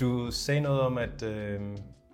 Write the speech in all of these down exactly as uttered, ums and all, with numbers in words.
Du sagde noget om, at øh,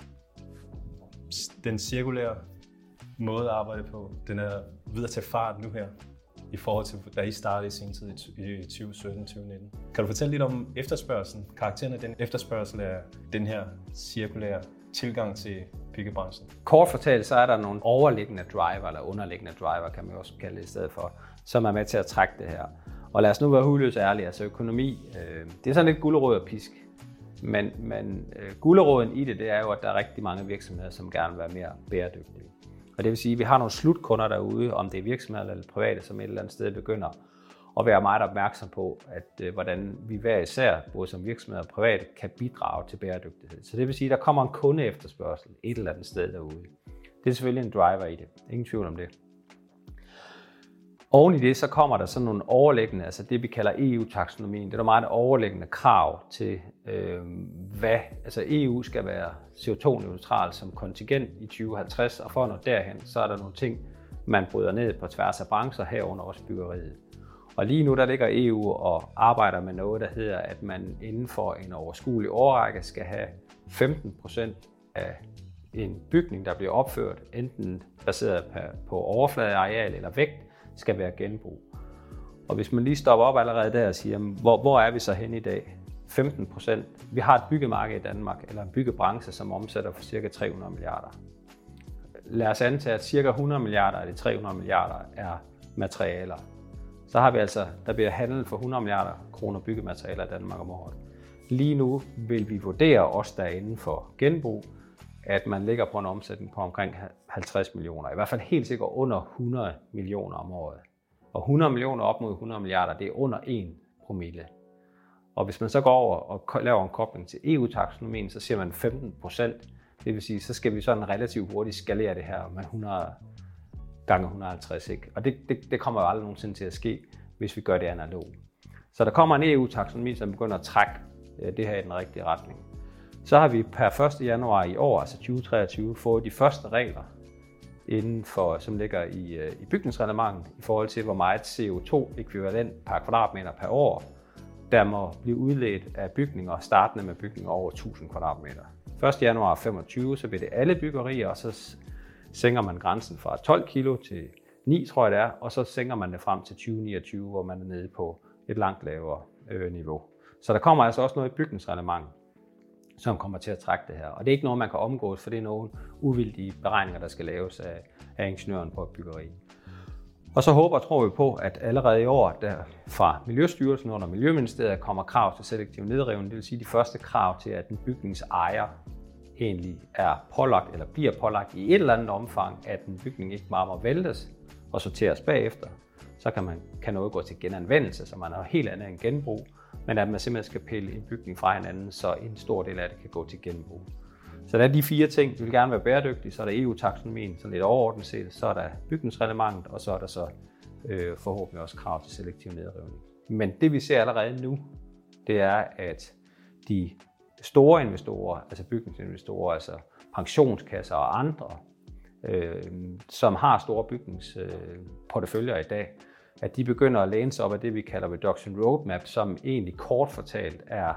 den cirkulære måde at arbejde på, den er ved at tage fart nu her, i forhold til, da I startede i sin tid i tyve sytten til tyve nitten. Kan du fortælle lidt om efterspørgselen, karakteren af den efterspørgsel af den her cirkulære tilgang til byggebranchen? Kort fortalt, så er der nogle overliggende driver, eller underliggende driver, kan man også kalde det i stedet for, som er med til at trække det her. Og lad os nu være hudløst ærlige, altså økonomi, øh, det er sådan lidt gulerod og pisk. Men, men øh, guleroden i det, det er jo, at der er rigtig mange virksomheder, som gerne vil være mere bæredygtige. Og det vil sige, at vi har nogle slutkunder derude, om det er virksomheder eller private, som et eller andet sted begynder at være meget opmærksom på, at øh, hvordan vi hver især, både som virksomheder og private, kan bidrage til bæredygtighed. Så det vil sige, at der kommer en kunde efterspørgsel et eller andet sted derude. Det er selvfølgelig en driver i det. Ingen tvivl om det. Oven i det, så kommer der sådan nogle overliggende, altså det vi kalder E U-taksonomien. Det er meget overliggende krav til, øh, hvad, altså E U skal være C O to neutral som kontingent i tyve halvtreds, og for at nå derhen, så er der nogle ting, man bryder ned på tværs af brancher, herunder også byggeriet. Og lige nu der ligger E U og arbejder med noget, der hedder, at man inden for en overskuelig årrække skal have femten procent af en bygning, der bliver opført, enten baseret på overfladeareal eller vægt, skal være genbrug. Og hvis man lige stopper op allerede der og siger, hvor, hvor er vi så hen i dag? femten procent. Vi har et byggemarked i Danmark, eller en byggebranche, som omsætter for ca. tre hundrede milliarder. Lad os antage, at ca. hundrede milliarder af de tre hundrede milliarder er materialer. Så har vi altså, der bliver handlet for hundrede milliarder kroner byggematerialer i Danmark om året. Lige nu vil vi vurdere os der inden for genbrug, at man ligger på en omsætning på omkring halvtreds millioner. I hvert fald helt sikkert under hundrede millioner om året. Og hundrede millioner op mod hundrede milliarder, det er under en promille. Og hvis man så går over og laver en kobling til E U-taksonomien, så siger man femten procent. Det vil sige, så skal vi sådan relativt hurtigt skalere det her med hundrede gange et hundrede og halvtreds. Ikke? Og det, det, det kommer jo aldrig nogensinde til at ske, hvis vi gør det analogt. Så der kommer en E U-taksonomi, som begynder at trække det her i den rigtige retning. Så har vi per første januar i år, altså tyve treogtyve, fået de første regler, inden for, som ligger i, i bygningsreglementet, i forhold til, hvor meget C O to ekvivalent per kvadratmeter per år, der må blive udledt af bygninger, startende med bygninger over tusind kvadratmeter. første januar femogtyve, så bliver det alle byggerier, og så sænker man grænsen fra tolv kilo til ni, tror jeg det er, og så sænker man det frem til tyve niogtyve, hvor man er nede på et langt lavere øh, niveau. Så der kommer altså også noget i bygningsreglementet, som kommer til at trække det her. Og det er ikke noget, man kan omgås, for det er nogle uvildige beregninger, der skal laves af, af ingeniøren på et byggeri. Og så håber og tror vi på, at allerede i år, der fra Miljøstyrelsen under Miljøministeriet kommer krav til selektiv nedrivning, det vil sige de første krav til, at en bygningsejer egentlig er pålagt eller bliver pålagt i et eller andet omfang, at en bygning ikke bare må væltes og sorteres bagefter. Så kan, man, kan noget gå til genanvendelse, så man har helt andet end genbrug, men at man simpelthen skal pille en bygning fra hinanden, så en stor del af det kan gå til genbrug. Så der er de fire ting. Vi vil gerne være bæredygtige, så er der E U-taksonomien, sådan lidt overordnet set, så er der bygningsreglementet, og så er der så øh, forhåbentlig også krav til selektiv nedrivning. Men det vi ser allerede nu, det er, at de store investorer, altså bygningsinvestorer, altså pensionskasser og andre, øh, som har store bygningsporteføljer øh, i dag, at de begynder at læne sig op af det, vi kalder Reduction Roadmap, som egentlig kort fortalt er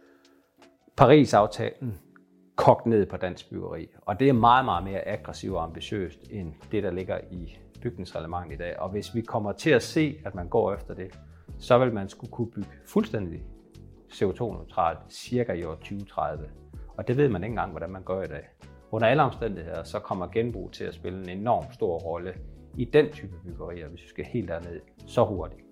Paris-aftalen kogt ned på dansk byggeri. Og det er meget, meget mere aggressivt og ambitiøst end det, der ligger i bygningsreglementet i dag. Og hvis vi kommer til at se, at man går efter det, så vil man skulle kunne bygge fuldstændig C O to neutralt cirka i år tyve tredive. Og det ved man ikke engang, hvordan man gør i dag. Under alle omstændigheder, så kommer genbrug til at spille en enorm stor rolle i den type byggerier, hvis vi skal helt derned så hurtigt.